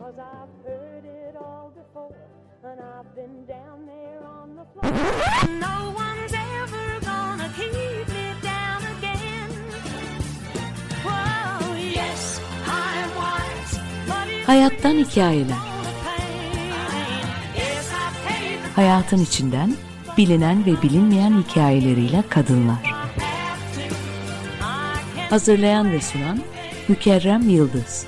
Hayattan hikayeler. Hayatın içinden bilinen ve bilinmeyen hikayeleriyle kadınlar. Hazırlayan ve sunan Mükerrem Yıldız.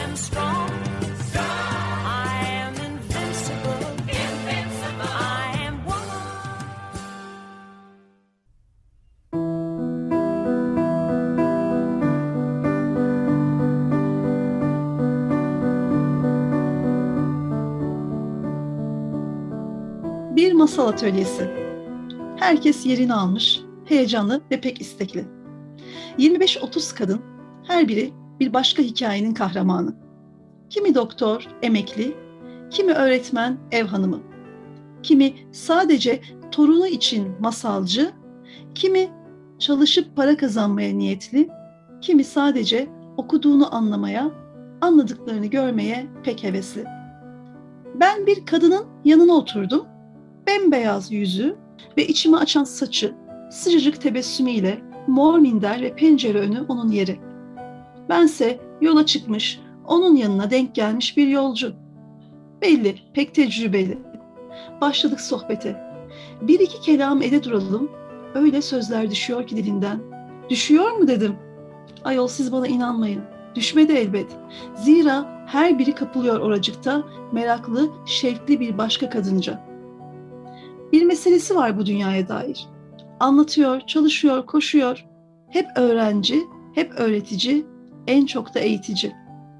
Bir masal atölyesi. Herkes yerini almış, heyecanlı ve pek istekli. 25-30 kadın, her biri bir başka hikayenin kahramanı. Kimi doktor, emekli, kimi öğretmen, ev hanımı. Kimi sadece torunu için masalcı, kimi çalışıp para kazanmaya niyetli, kimi sadece okuduğunu anlamaya, anladıklarını görmeye pek hevesli. Ben bir kadının yanına oturdum. Bembeyaz yüzü ve içimi açan saçı, sıcacık tebessümüyle mor minder ve pencere önü onun yeri. Bense yola çıkmış, onun yanına denk gelmiş bir yolcu. Belli, pek tecrübeli. Başladık sohbete. Bir iki kelam ede duralım, öyle sözler düşüyor ki dilinden. Düşüyor mu dedim. Ayol siz bana inanmayın. Düşmedi elbet. Zira her biri kapılıyor oracıkta, meraklı, şevkli bir başka kadınca. Bir meselesi var bu dünyaya dair. Anlatıyor, çalışıyor, koşuyor. Hep öğrenci, hep öğretici, en çok da eğitici.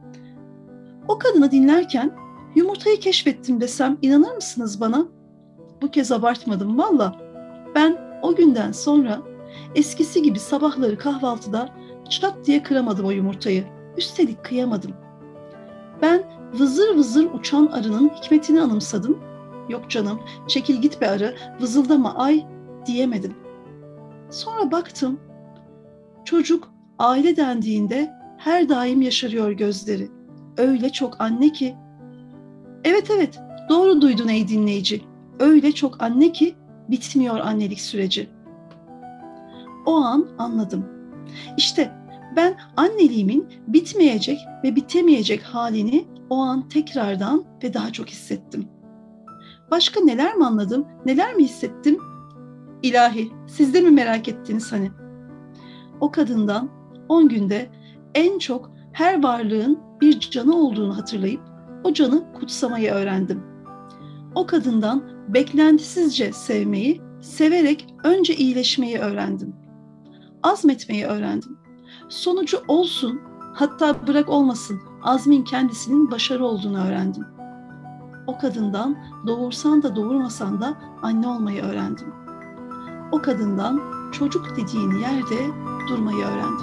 O kadını dinlerken yumurtayı keşfettim desem inanır mısınız bana? Bu kez abartmadım valla. Ben o günden sonra eskisi gibi sabahları kahvaltıda çat diye kıramadım o yumurtayı. Üstelik kıyamadım. Ben vızır vızır uçan arının hikmetini anımsadım. Yok canım, çekil git be arı, vızıldama ay diyemedim. Sonra baktım, çocuk aile dendiğinde her daim yaşarıyor gözleri. Öyle çok anne ki. Evet, doğru duydun ey dinleyici. Öyle çok anne ki bitmiyor annelik süreci. O an anladım. İşte ben anneliğimin bitmeyecek ve bitemeyecek halini o an tekrardan ve daha çok hissettim. Başka neler mi anladım, neler mi hissettim? İlahi, siz de mi merak ettiniz hani? O kadından 10 günde en çok her varlığın bir canı olduğunu hatırlayıp o canı kutsamayı öğrendim. O kadından beklentisizce sevmeyi, severek önce iyileşmeyi öğrendim. Azmetmeyi öğrendim. Sonucu olsun, hatta bırak olmasın, azmin kendisinin başarı olduğunu öğrendim. O kadından doğursan da doğurmasan da anne olmayı öğrendim. O kadından çocuk dediğin yerde durmayı öğrendim.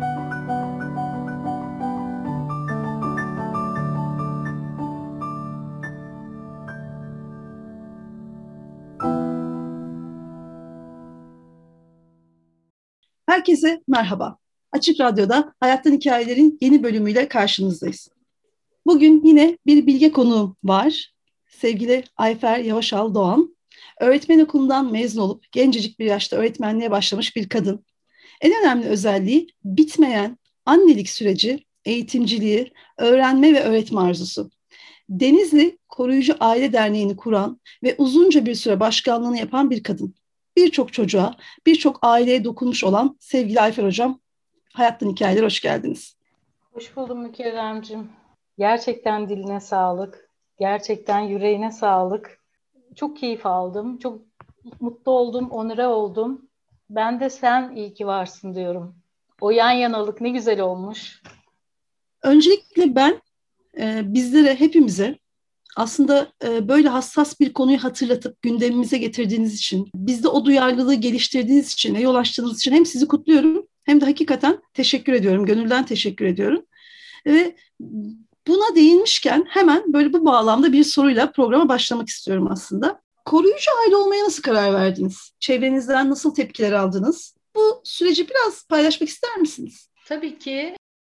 Herkese merhaba. Açık Radyo'da Hayattan Hikayelerin yeni bölümüyle karşınızdayız. Bugün yine bir bilge konuğum var. Sevgili Ayfer Yavaşal Doğan. Öğretmen okulundan mezun olup gencecik bir yaşta öğretmenliğe başlamış bir kadın. En önemli özelliği bitmeyen annelik süreci, eğitimciliği, öğrenme ve öğretme arzusu. Denizli Koruyucu Aile Derneği'ni kuran ve uzunca bir süre başkanlığını yapan bir kadın. Birçok çocuğa, birçok aileye dokunmuş olan sevgili Ayfer Hocam, Hayattan Hikayeler hoş geldiniz. Hoş buldum Mükerremciğim. Gerçekten diline sağlık. Gerçekten yüreğine sağlık. Çok keyif aldım. Çok mutlu oldum, onure oldum. Ben de sen iyi ki varsın diyorum. O yan yanalık ne güzel olmuş. Öncelikle ben bizlere, hepimize aslında böyle hassas bir konuyu hatırlatıp gündemimize getirdiğiniz için, bizde o duyarlılığı geliştirdiğiniz için ve yol açtığınız için hem sizi kutluyorum hem de hakikaten teşekkür ediyorum, gönülden teşekkür ediyorum. Ve buna değinmişken hemen böyle bu bağlamda bir soruyla programa başlamak istiyorum aslında. Koruyucu aile olmaya nasıl karar verdiniz? Çevrenizden nasıl tepkiler aldınız? Bu süreci biraz paylaşmak ister misiniz? Tabii ki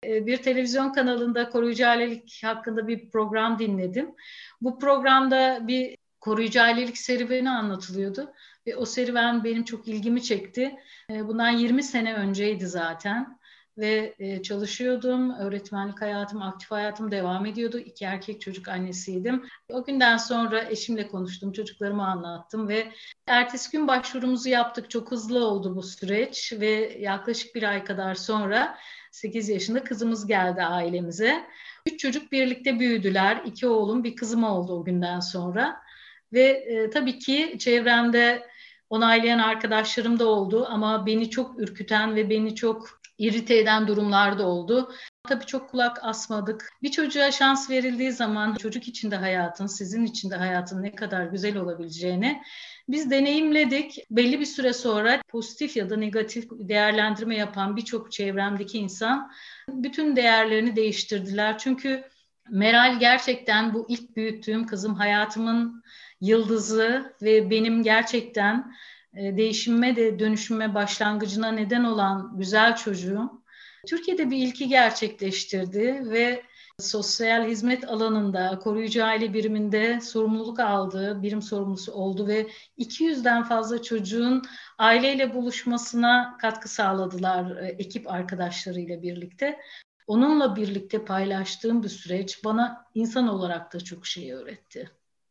Bir televizyon kanalında koruyucu ailelik hakkında bir program dinledim. Bu programda bir koruyucu ailelik serüveni anlatılıyordu. Ve o serüven benim çok ilgimi çekti. Bundan 20 sene önceydi zaten. Ve çalışıyordum. Öğretmenlik hayatım, aktif hayatım devam ediyordu. 2 erkek çocuk annesiydim. O günden sonra eşimle konuştum, çocuklarıma anlattım ve ertesi gün başvurumuzu yaptık. Çok hızlı oldu bu süreç ve yaklaşık 1 ay kadar sonra 8 yaşında kızımız geldi ailemize. 3 çocuk birlikte büyüdüler. 2 oğlum, bir kızım oldu o günden sonra. Ve tabii ki çevremde onaylayan arkadaşlarım da oldu ama beni çok ürküten ve beni çok irite eden durumlar da oldu. Tabii çok kulak asmadık. Bir çocuğa şans verildiği zaman çocuk için de hayatın, sizin için de hayatın ne kadar güzel olabileceğini biz deneyimledik. Belli bir süre sonra pozitif ya da negatif değerlendirme yapan birçok çevremdeki insan bütün değerlerini değiştirdiler. Çünkü Meral gerçekten bu ilk büyüttüğüm kızım hayatımın yıldızı ve benim gerçekten değişime de dönüşüme başlangıcına neden olan güzel çocuğum. Türkiye'de bir ilki gerçekleştirdi ve sosyal hizmet alanında koruyucu aile biriminde sorumluluk aldı, birim sorumlusu oldu ve 200'den fazla çocuğun aileyle buluşmasına katkı sağladılar ekip arkadaşlarıyla birlikte. Onunla birlikte paylaştığım bir süreç bana insan olarak da çok şey öğretti.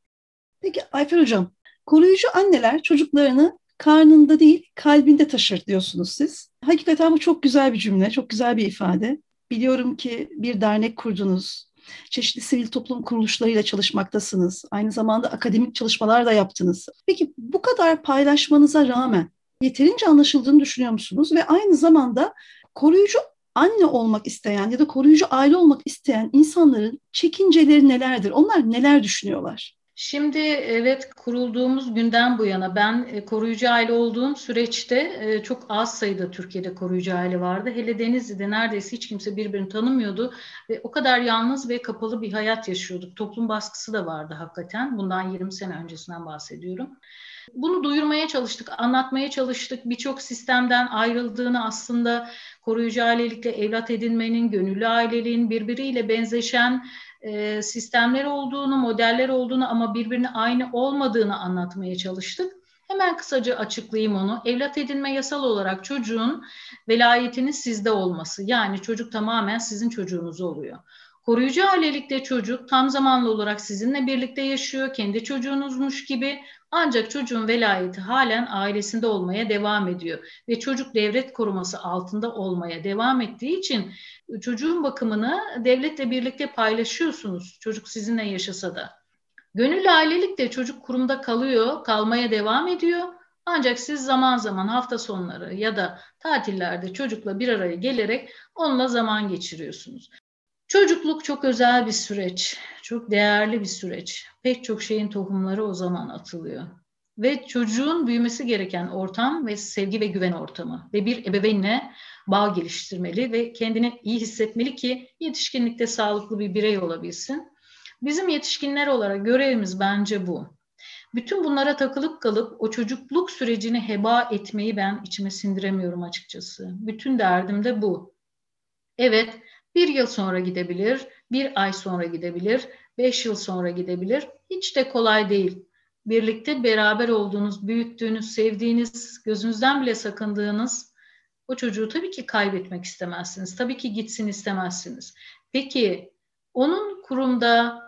Peki Ayfer Hocam, koruyucu anneler çocuklarını karnında değil kalbinde taşır diyorsunuz siz. Hakikaten bu çok güzel bir cümle, çok güzel bir ifade. Biliyorum ki bir dernek kurdunuz. Çeşitli sivil toplum kuruluşlarıyla çalışmaktasınız. Aynı zamanda akademik çalışmalar da yaptınız. Peki bu kadar paylaşmanıza rağmen yeterince anlaşıldığını düşünüyor musunuz? Ve aynı zamanda koruyucu anne olmak isteyen ya da koruyucu aile olmak isteyen insanların çekinceleri nelerdir? Onlar neler düşünüyorlar? Şimdi evet, kurulduğumuz günden bu yana ben koruyucu aile olduğum süreçte çok az sayıda Türkiye'de koruyucu aile vardı. Hele Denizli'de neredeyse hiç kimse birbirini tanımıyordu ve o kadar yalnız ve kapalı bir hayat yaşıyorduk. Toplum baskısı da vardı hakikaten. Bundan 20 sene öncesinden bahsediyorum. Bunu duyurmaya çalıştık, anlatmaya çalıştık. Birçok sistemden ayrıldığını, aslında koruyucu ailelikle evlat edinmenin, gönüllü aileliğin birbiriyle benzeşen sistemler olduğunu, modeller olduğunu ama birbirine aynı olmadığını anlatmaya çalıştık. Hemen kısaca açıklayayım onu. Evlat edinme yasal olarak çocuğun velayetinin sizde olması. Yani çocuk tamamen sizin çocuğunuz oluyor. Koruyucu ailelikte çocuk tam zamanlı olarak sizinle birlikte yaşıyor, kendi çocuğunuzmuş gibi, ancak çocuğun velayeti halen ailesinde olmaya devam ediyor ve çocuk devlet koruması altında olmaya devam ettiği için çocuğun bakımını devletle birlikte paylaşıyorsunuz. Çocuk sizinle yaşasa da. Gönüllü ailelikte çocuk kurumda kalıyor, kalmaya devam ediyor. Ancak siz zaman zaman hafta sonları ya da tatillerde çocukla bir araya gelerek onunla zaman geçiriyorsunuz. Çocukluk çok özel bir süreç, çok değerli bir süreç. Pek çok şeyin tohumları o zaman atılıyor. Ve çocuğun büyümesi gereken ortam ve sevgi ve güven ortamı ve bir ebeveynle bağ geliştirmeli ve kendini iyi hissetmeli ki yetişkinlikte sağlıklı bir birey olabilsin. Bizim yetişkinler olarak görevimiz bence bu. Bütün bunlara takılıp kalıp o çocukluk sürecini heba etmeyi ben içime sindiremiyorum açıkçası. Bütün derdim de bu. Evet, 1 yıl sonra gidebilir, 1 ay sonra gidebilir, 5 yıl sonra gidebilir. Hiç de kolay değil. Birlikte beraber olduğunuz, büyüttüğünüz, sevdiğiniz, gözünüzden bile sakındığınız o çocuğu tabii ki kaybetmek istemezsiniz. Tabii ki gitsin istemezsiniz. Peki onun kurumda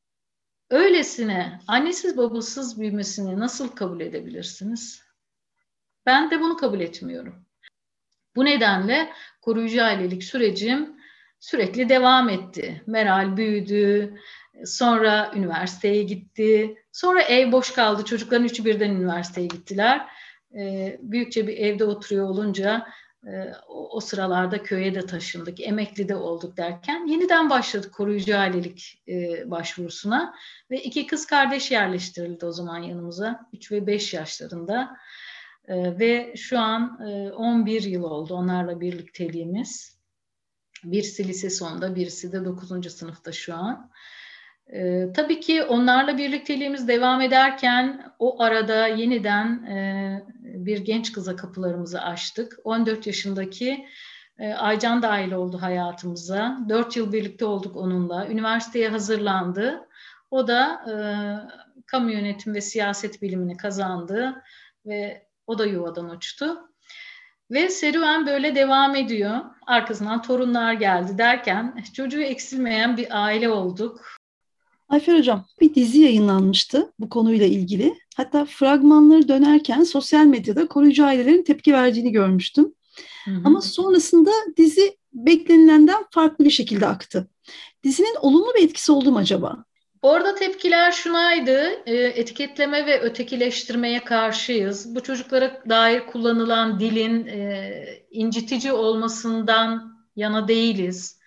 öylesine annesiz babasız büyümesini nasıl kabul edebilirsiniz? Ben de bunu kabul etmiyorum. Bu nedenle koruyucu ailelik sürecim sürekli devam etti. Meral büyüdü, sonra üniversiteye gitti, sonra ev boş kaldı. Çocukların üçü birden üniversiteye gittiler. Büyükçe bir evde oturuyor olunca o sıralarda köye de taşındık, emekli de olduk derken yeniden başladık koruyucu ailelik başvurusuna ve 2 kız kardeş yerleştirildi o zaman yanımıza, 3 ve 5 yaşlarında. Ve şu an 11 yıl oldu onlarla birlikteliğimiz. Birisi lise sonunda, birisi de 9. sınıfta şu an. Tabii ki onlarla birlikteliğimiz devam ederken o arada yeniden bir genç kıza kapılarımızı açtık. 14 yaşındaki Aycan dahil oldu hayatımıza. 4 yıl birlikte olduk onunla. Üniversiteye hazırlandı. O da kamu yönetim ve siyaset bilimini kazandı ve o da yuvadan uçtu. Ve serüven böyle devam ediyor. Arkasından torunlar geldi derken çocuğu eksilmeyen bir aile olduk. Ayfer Hocam, bir dizi yayınlanmıştı bu konuyla ilgili. Hatta fragmanları dönerken sosyal medyada koruyucu ailelerin tepki verdiğini görmüştüm. Ama sonrasında dizi beklenilenden farklı bir şekilde aktı. Dizinin olumlu bir etkisi oldu mu acaba? Orada tepkiler şunaydı, etiketleme ve ötekileştirmeye karşıyız. Bu çocuklara dair kullanılan dilin incitici olmasından yana değiliz.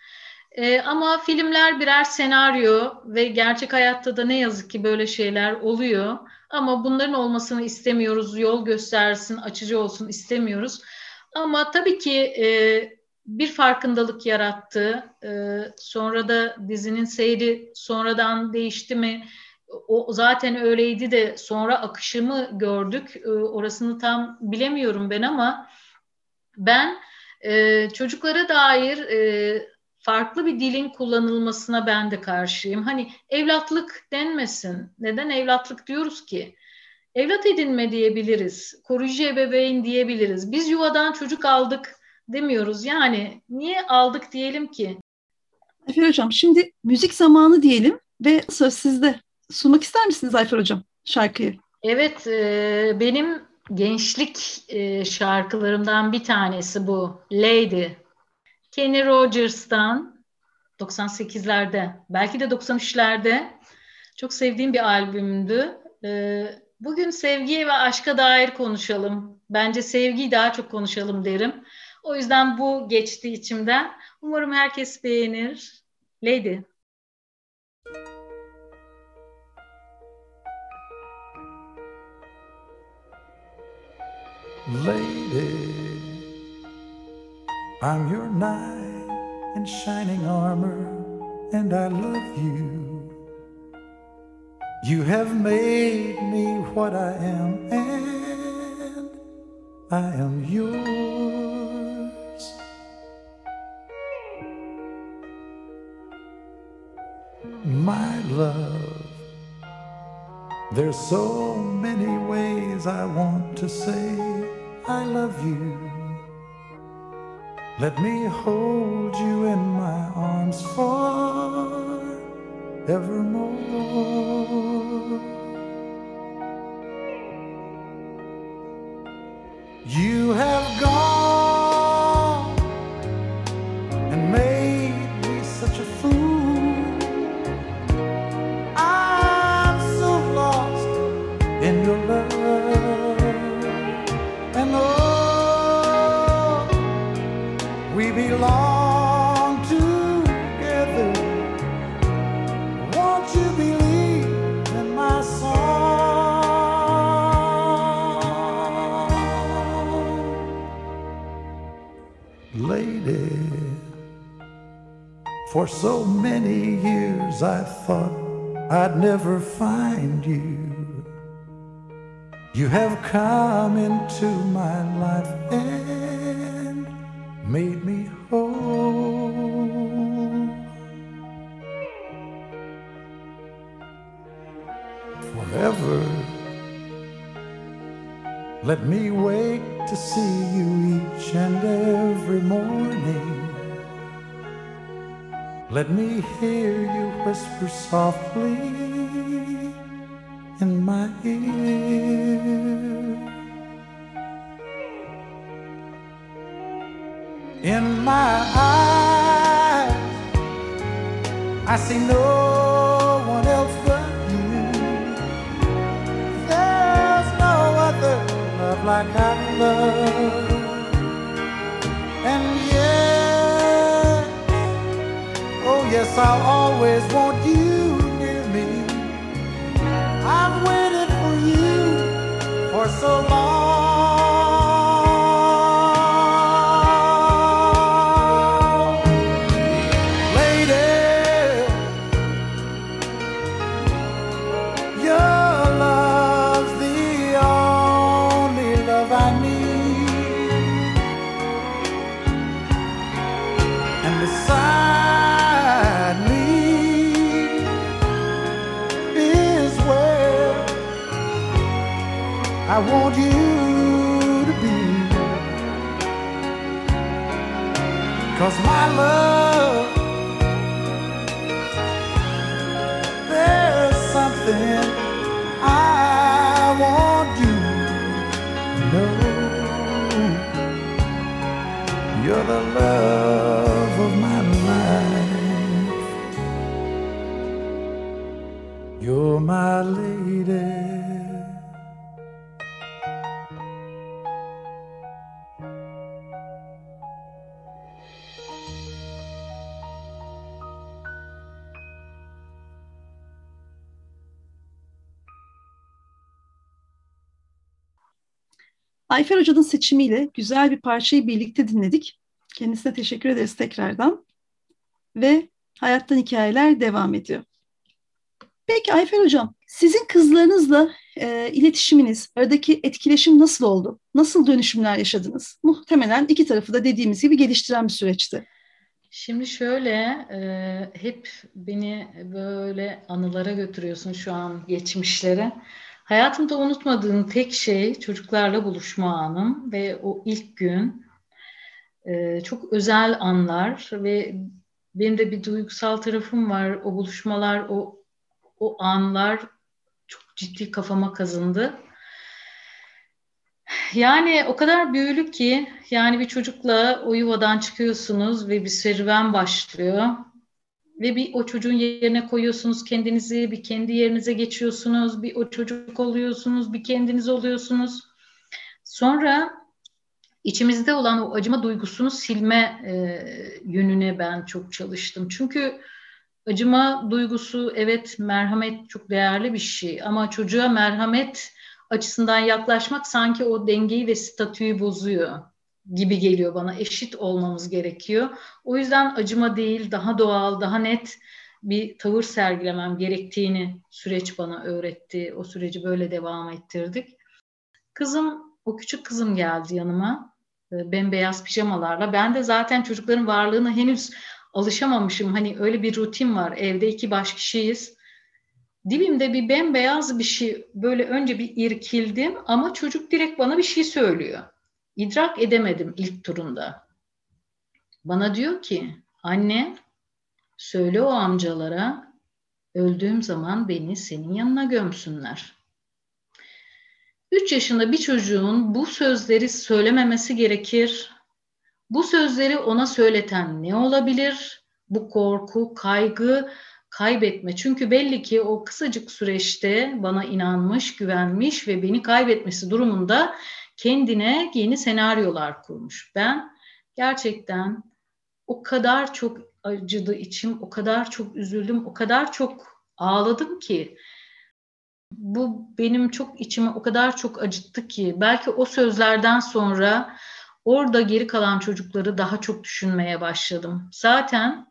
Ama filmler birer senaryo ve gerçek hayatta da ne yazık ki böyle şeyler oluyor. Ama bunların olmasını istemiyoruz, yol göstersin, açıcı olsun istemiyoruz. Ama tabii ki bir farkındalık yarattı. Sonra da dizinin seyri sonradan değişti mi? O zaten öyleydi de sonra akışımı gördük. Orasını tam bilemiyorum ben ama ben çocuklara dair farklı bir dilin kullanılmasına ben de karşıyım. Hani evlatlık denmesin. Neden evlatlık diyoruz ki? Evlat edinme diyebiliriz. Koruyucu ebeveyn diyebiliriz. Biz yuvadan çocuk aldık demiyoruz. Yani niye aldık diyelim ki? Ayfer Hocam, şimdi müzik zamanı diyelim ve söz sizde. Sunmak ister misiniz Ayfer Hocam şarkıyı? Evet, benim gençlik şarkılarımdan bir tanesi bu. Lady. Kenny Rogers'tan 98'lerde, belki de 93'lerde çok sevdiğim bir albümdü. Bugün sevgiye ve aşka dair konuşalım. Bence sevgiyi daha çok konuşalım derim. O yüzden bu geçti içimden. Umarım herkes beğenir. Lady. Lady, I'm your knight in shining armor, and I love you. You have made me what I am, and I am yours. My love, there's so many ways I want to say I love you. Let me hold you in my arms forevermore. You have gone and made me such a fool. I'm so lost in your love. And oh, we belong together. Won't you believe in my song? Lady, for so many years I thought I'd never find you. You have come into my life and made me whole. Forever, let me wake to see you each and every morning. Let me hear you whisper softly in my ear. In my eyes, I see no one else but you. There's no other love like our love. And yes, oh yes, I'll always want you near me. I've waited for you for so long. Lady, your love's the only love I need. want you to be. 'Cause my love, there's something I want you to know. You're the love of my life. You're my lady. Ayfer Hoca'nın seçimiyle güzel bir parçayı birlikte dinledik. Kendisine teşekkür ederiz tekrardan. Ve Hayattan Hikayeler devam ediyor. Peki Ayfer Hocam, sizin kızlarınızla iletişiminiz, aradaki etkileşim nasıl oldu? Nasıl dönüşümler yaşadınız? Muhtemelen iki tarafı da dediğimiz gibi geliştiren bir süreçti. Şimdi şöyle, hep beni böyle anılara götürüyorsun şu an, geçmişlere. Hayatımda unutmadığım tek şey çocuklarla buluşma anım ve o ilk gün çok özel anlar ve benim de bir duygusal tarafım var. O buluşmalar, o anlar çok ciddi kafama kazındı. Yani o kadar büyülü ki, yani bir çocukla o yuvadan çıkıyorsunuz ve bir serüven başlıyor. Ve bir o çocuğun yerine koyuyorsunuz kendinizi, bir kendi yerinize geçiyorsunuz, bir o çocuk oluyorsunuz, bir kendiniz oluyorsunuz. Sonra içimizde olan o acıma duygusunu silme yönüne ben çok çalıştım. Çünkü acıma duygusu, evet, merhamet çok değerli bir şey ama çocuğa merhamet açısından yaklaşmak sanki o dengeyi ve statüyü bozuyor gibi geliyor bana. Eşit olmamız gerekiyor. O yüzden acıma değil, daha doğal, daha net bir tavır sergilemem gerektiğini süreç bana öğretti. O süreci böyle devam ettirdik. O küçük kızım geldi yanıma, bembeyaz pijamalarla. Ben de zaten çocukların varlığına henüz alışamamışım. Hani öyle bir rutin var. Evde 2 baş kişiyiz. Dibimde bir bembeyaz bir şey, böyle önce bir irkildim ama çocuk direkt bana bir şey söylüyor. İdrak edemedim ilk turunda. Bana diyor ki, anne, söyle o amcalara öldüğüm zaman beni senin yanına gömsünler. 3 yaşında bir çocuğun bu sözleri söylememesi gerekir. Bu sözleri ona söyleten ne olabilir? Bu korku, kaygı, kaybetme. Çünkü belli ki o kısacık süreçte bana inanmış, güvenmiş ve beni kaybetmesi durumunda kendine yeni senaryolar kurmuş. Ben gerçekten o kadar çok acıdı içim, o kadar çok üzüldüm, o kadar çok ağladım ki bu benim çok içimi o kadar çok acıttı ki belki o sözlerden sonra orada geri kalan çocukları daha çok düşünmeye başladım. Zaten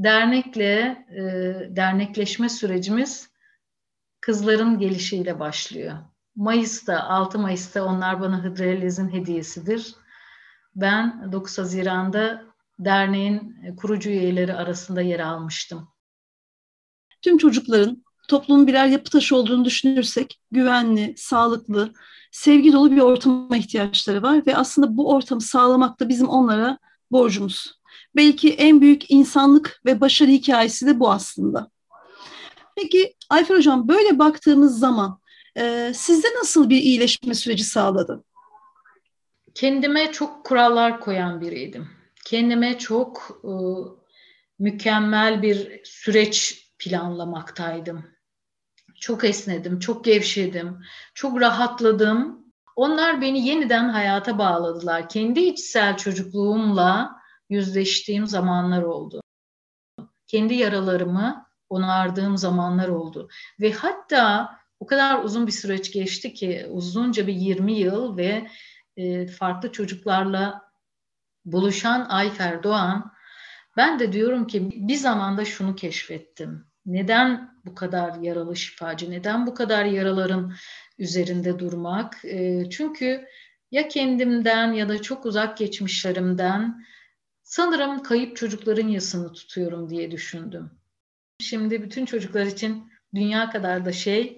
dernekleşme sürecimiz kızların gelişiyle başlıyor. 6 Mayıs'ta onlar bana Hıdrellez'in hediyesidir. Ben 9 Haziran'da derneğin kurucu üyeleri arasında yer almıştım. Tüm çocukların toplumun birer yapı taşı olduğunu düşünürsek güvenli, sağlıklı, sevgi dolu bir ortama ihtiyaçları var ve aslında bu ortamı sağlamak da bizim onlara borcumuz. Belki en büyük insanlık ve başarı hikayesi de bu aslında. Peki Ayfer Hocam, böyle baktığımız zaman sizde nasıl bir iyileşme süreci sağladı? Kendime çok kurallar koyan biriydim. Kendime çok mükemmel bir süreç planlamaktaydım. Çok esnedim, çok gevşedim, çok rahatladım. Onlar beni yeniden hayata bağladılar. Kendi içsel çocukluğumla yüzleştiğim zamanlar oldu. Kendi yaralarımı onardığım zamanlar oldu. Ve hatta o kadar uzun bir süreç geçti ki, uzunca bir 20 yıl ve farklı çocuklarla buluşan Ayfer Doğan, ben de diyorum ki bir zamanda şunu keşfettim. Neden bu kadar yaralı şifacı? Neden bu kadar yaraların üzerinde durmak? Çünkü ya kendimden ya da çok uzak geçmişlerimden sanırım kayıp çocukların yasını tutuyorum diye düşündüm. Şimdi bütün çocuklar için dünya kadar da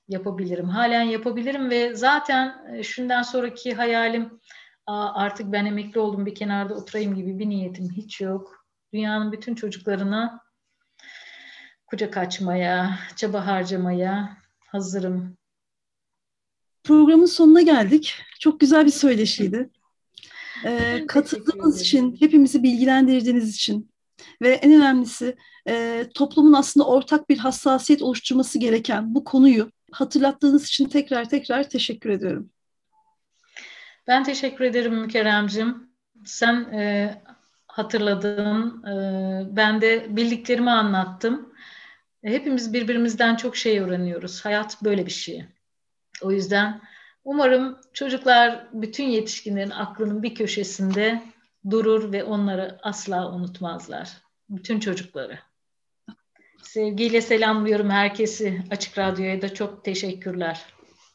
yapabilirim. Halen yapabilirim ve zaten şundan sonraki hayalim artık ben emekli oldum bir kenarda oturayım gibi bir niyetim hiç yok. Dünyanın bütün çocuklarına kucak açmaya, çaba harcamaya hazırım. Programın sonuna geldik. Çok güzel bir söyleşiydi. Katıldığınız için, hepimizi bilgilendirdiğiniz için ve en önemlisi toplumun aslında ortak bir hassasiyet oluşturması gereken bu konuyu hatırlattığınız için tekrar teşekkür ediyorum. Ben teşekkür ederim Mükerremciğim. Sen hatırladın, ben de bildiklerimi anlattım. Hepimiz birbirimizden çok şey öğreniyoruz. Hayat böyle bir şey. O yüzden umarım çocuklar bütün yetişkinlerin aklının bir köşesinde durur ve onları asla unutmazlar. Bütün çocukları. Sevgiyle selamlıyorum herkesi. Açık Radyo'ya da çok teşekkürler.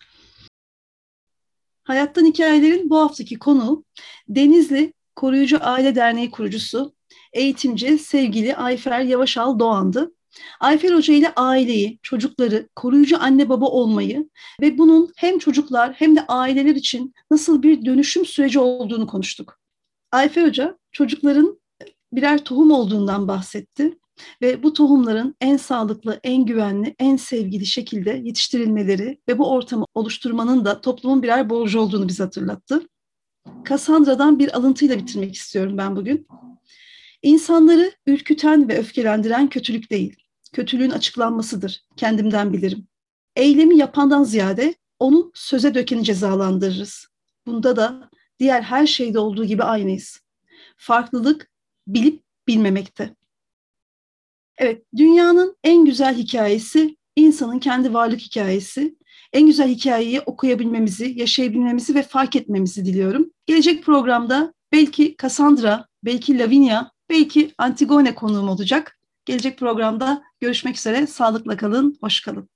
Hayattan Hikayelerin bu haftaki konuğu Denizli Koruyucu Aile Derneği kurucusu, eğitimci sevgili Ayfer Yavaşal Doğan'dı. Ayfer Hoca ile aileyi, çocukları, koruyucu anne baba olmayı ve bunun hem çocuklar hem de aileler için nasıl bir dönüşüm süreci olduğunu konuştuk. Ayfer Hoca çocukların birer tohum olduğundan bahsetti ve bu tohumların en sağlıklı, en güvenli, en sevgili şekilde yetiştirilmeleri ve bu ortamı oluşturmanın da toplumun birer borcu olduğunu bize hatırlattı. Cassandra'dan bir alıntıyla bitirmek istiyorum ben bugün. İnsanları ürküten ve öfkelendiren kötülük değil, kötülüğün açıklanmasıdır, kendimden bilirim. Eylemi yapandan ziyade onu söze dökeni cezalandırırız. Bunda da diğer her şeyde olduğu gibi aynıyız. Farklılık bilip bilmemekte. Evet, dünyanın en güzel hikayesi insanın kendi varlık hikayesi. En güzel hikayeyi okuyabilmemizi, yaşayabilmemizi ve fark etmemizi diliyorum. Gelecek programda belki Cassandra, belki Lavinia, belki Antigone konuğum olacak. Gelecek programda görüşmek üzere. Sağlıkla kalın, hoş kalın.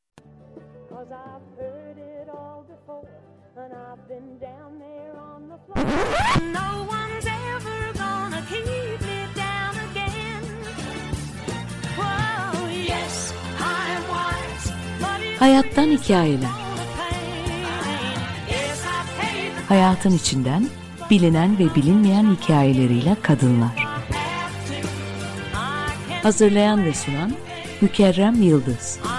Hayattan hikayeler. Hayatın içinden bilinen ve bilinmeyen hikayeleriyle kadınlar. Hazırlayan ve sunan Mükerrem Yıldız.